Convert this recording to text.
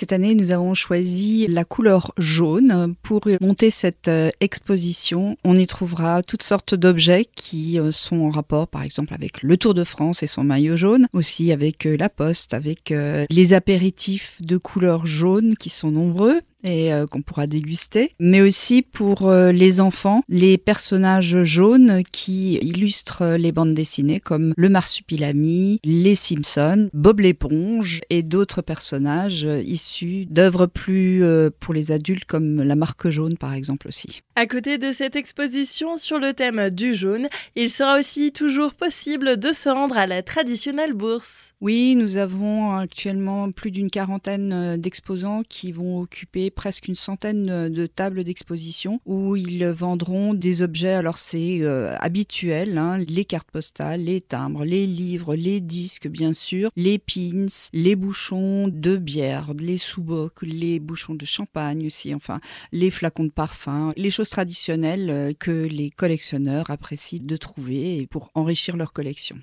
cette année, nous avons choisi la couleur jaune pour monter cette exposition. On y trouvera toutes sortes d'objets qui sont en rapport, par exemple, avec le Tour de France et son maillot jaune, aussi avec la Poste, avec les apéritifs de couleur jaune qui sont nombreux et qu'on pourra déguster, mais aussi pour les enfants, les personnages jaunes qui illustrent les bandes dessinées comme le Marsupilami, les Simpsons, Bob l'éponge et d'autres personnages issus d'œuvres plus pour les adultes comme la Marque jaune par exemple aussi. À côté de cette exposition sur le thème du jaune, il sera aussi toujours possible de se rendre à la traditionnelle bourse. Oui, nous avons actuellement plus d'une quarantaine d'exposants qui vont occuper presque une centaine de tables d'exposition où ils vendront des objets, alors c'est habituel, les cartes postales, les timbres, les livres, les disques bien sûr, les pins, les bouchons de bière, les sous-bocs, les bouchons de champagne aussi, enfin les flacons de parfum, les choses traditionnelles que les collectionneurs apprécient de trouver pour enrichir leur collection.